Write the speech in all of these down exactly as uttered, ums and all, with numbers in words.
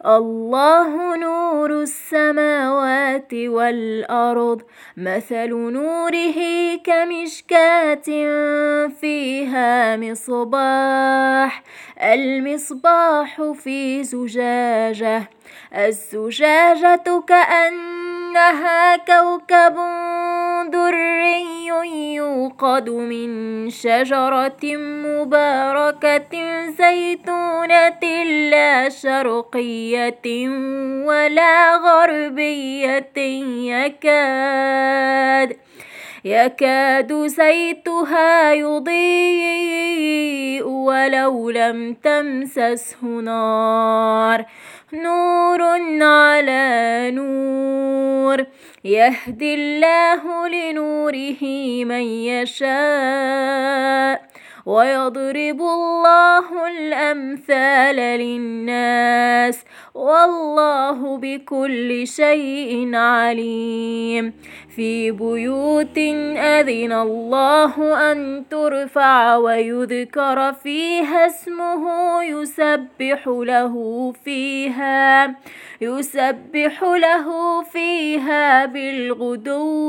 الله نور السماوات والأرض مثل نوره كمشكاة فيها مصباح المصباح في زجاجة الزجاجة كأنها كوكب دري يوقد من شجرة مباركة زيتونة لا شرقية ولا غربية يكاد يكاد زيتها يضيء ولو لم تمسسه نار نور على نور يهدي الله لنوره من يشاء ويضرب الله الأمثال للناس والله بكل شيء عليم في بيوت أذن الله أن ترفع ويذكر فيها اسمه يسبح له فيها يسبح له فيها بالغدو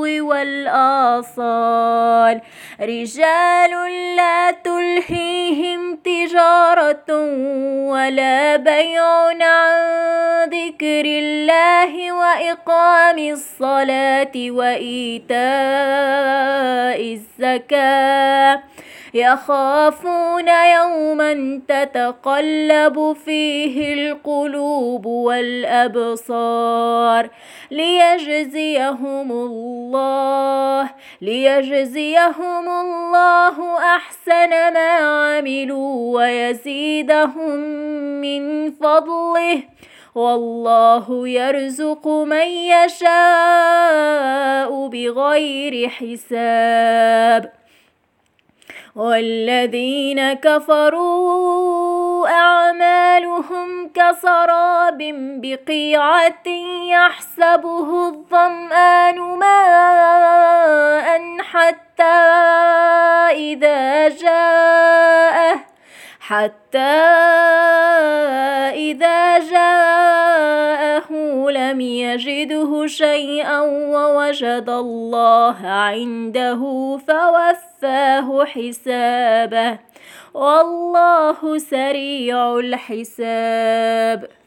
والآصال رجال لا تلهيهم تجارة ولا بيع عن ذكر الله وإقام الصلاة وإيتاء الزكاة يخافون يوما تتقلب فيه القلوب والأبصار ليجزيهم الله ليجزيهم الله أحسن ما عملوا ويزيدهم من فضله والله يرزق من يشاء بغير حساب والذين كفروا أعمالهم كسراب بقيعة يحسبه الظمآن ماء حتى إذا جاءه حتى إذا جاءه لم يجده شيئا ووجد الله عنده فوفاه حسابه والله سريع الحساب.